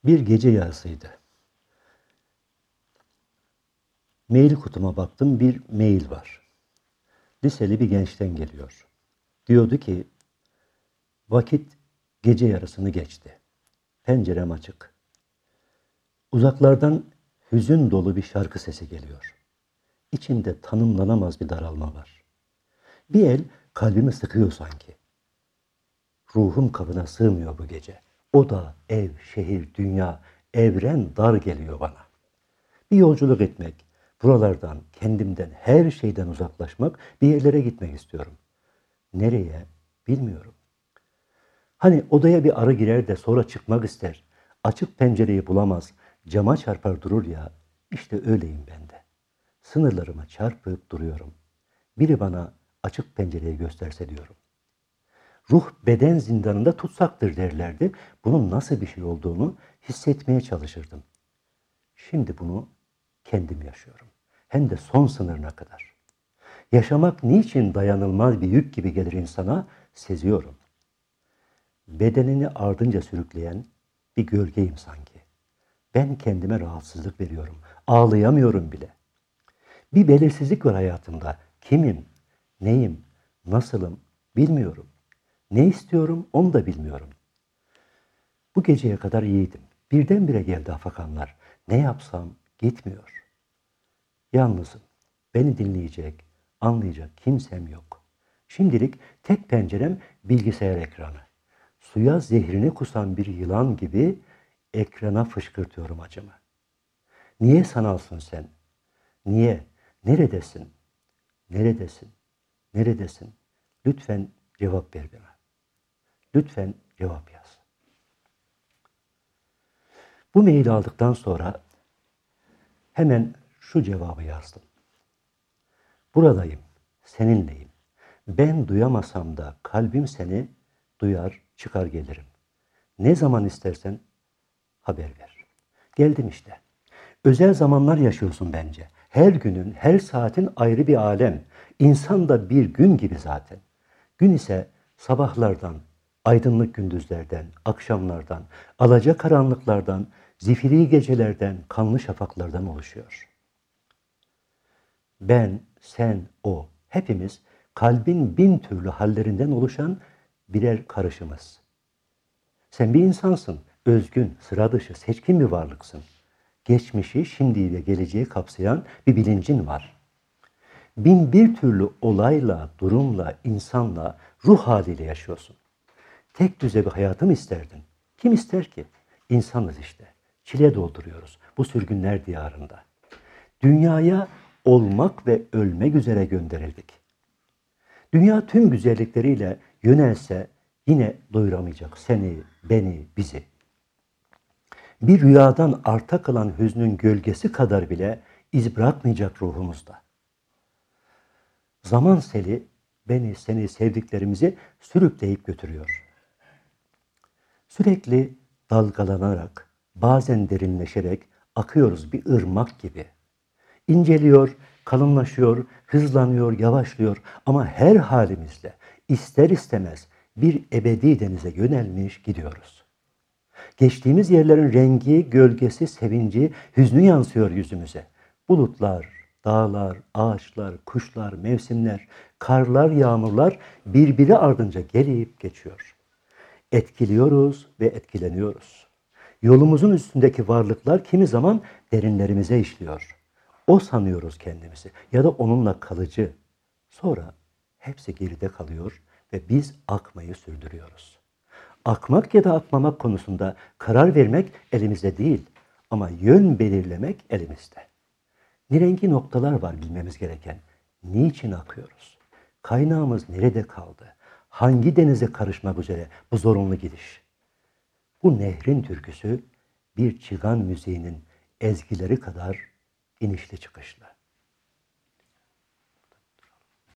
Bir gece yarısıydı. Mail kutuma baktım, bir mail var. Liseli bir gençten geliyor. Diyordu ki, vakit gece yarısını geçti. Pencerem açık. Uzaklardan hüzün dolu bir şarkı sesi geliyor. İçimde tanımlanamaz bir daralma var. Bir el kalbimi sıkıyor sanki. Ruhum kabına sığmıyor bu gece. Oda, ev, şehir, dünya, evren dar geliyor bana. Bir yolculuk etmek, buralardan, kendimden, her şeyden uzaklaşmak, bir yerlere gitmek istiyorum. Nereye? Bilmiyorum. Hani odaya bir arı girer de sonra çıkmak ister. Açık pencereyi bulamaz, cama çarpar durur ya, işte öyleyim ben de. Sınırlarıma çarpıp duruyorum. Biri bana açık pencereyi gösterse diyorum. Ruh beden zindanında tutsaktır derlerdi. Bunun nasıl bir şey olduğunu hissetmeye çalışırdım. Şimdi bunu kendim yaşıyorum. Hem de son sınırına kadar. Yaşamak niçin dayanılmaz bir yük gibi gelir insana seziyorum. Bedenini ardınca sürükleyen bir gölgeyim sanki. Ben kendime rahatsızlık veriyorum. Ağlayamıyorum bile. Bir belirsizlik var hayatımda. Kimim, neyim, nasılım bilmiyorum. Ne istiyorum onu da bilmiyorum. Bu geceye kadar iyiydim. Birdenbire geldi afakanlar. Ne yapsam gitmiyor. Yalnızım. Beni dinleyecek, anlayacak kimsem yok. Şimdilik tek pencerem bilgisayar ekranı. Suya zehrini kusan bir yılan gibi ekrana fışkırtıyorum acımı. Niye sanalsın sen? Niye? Neredesin? Neredesin? Neredesin? Lütfen cevap ver bana. Lütfen cevap yaz. Bu maili aldıktan sonra hemen şu cevabı yazdım. Buradayım, seninleyim. Ben duyamasam da kalbim seni duyar, çıkar gelirim. Ne zaman istersen haber ver. Geldim işte. Özel zamanlar yaşıyorsun bence. Her günün, her saatin ayrı bir alem. İnsan da bir gün gibi zaten. Gün ise sabahlardan, aydınlık gündüzlerden, akşamlardan, alacakaranlıklardan, zifiri gecelerden, kanlı şafaklardan oluşuyor. Ben, sen, o, hepimiz kalbin bin türlü hallerinden oluşan birer karışımız. Sen bir insansın, özgün, sıra dışı, seçkin bir varlıksın. Geçmişi, şimdiyi ve geleceği kapsayan bir bilincin var. Bin bir türlü olayla, durumla, insanla, ruh haliyle yaşıyorsun. Tek düze bir hayatı mı isterdin? Kim ister ki? İnsanız işte. Çile dolduruyoruz bu sürgünler diyarında. Dünyaya olmak ve ölmek üzere gönderildik. Dünya tüm güzellikleriyle yönelse yine doyuramayacak seni, beni, bizi. Bir rüyadan arta kalan hüznün gölgesi kadar bile iz bırakmayacak ruhumuzda. Zaman seli beni, seni, sevdiklerimizi sürükleyip götürüyor. Sürekli dalgalanarak, bazen derinleşerek akıyoruz bir ırmak gibi. İnceliyor, kalınlaşıyor, hızlanıyor, yavaşlıyor ama her halimizle ister istemez bir ebedi denize yönelmiş gidiyoruz. Geçtiğimiz yerlerin rengi, gölgesi, sevinci, hüznü yansıyor yüzümüze. Bulutlar, dağlar, ağaçlar, kuşlar, mevsimler, karlar, yağmurlar birbiri ardınca gelip geçiyor. Etkiliyoruz ve etkileniyoruz. Yolumuzun üstündeki varlıklar kimi zaman derinlerimize işliyor. O sanıyoruz kendimizi ya da onunla kalıcı. Sonra hepsi geride kalıyor ve biz akmayı sürdürüyoruz. Akmak ya da akmamak konusunda karar vermek elimizde değil ama yön belirlemek elimizde. Nirengi noktalar var bilmemiz gereken. Niçin akıyoruz? Kaynağımız nerede kaldı? Hangi denize karışmak üzere bu zorunlu gidiş? Bu nehrin türküsü bir çigan müziğinin ezgileri kadar inişli çıkışlı.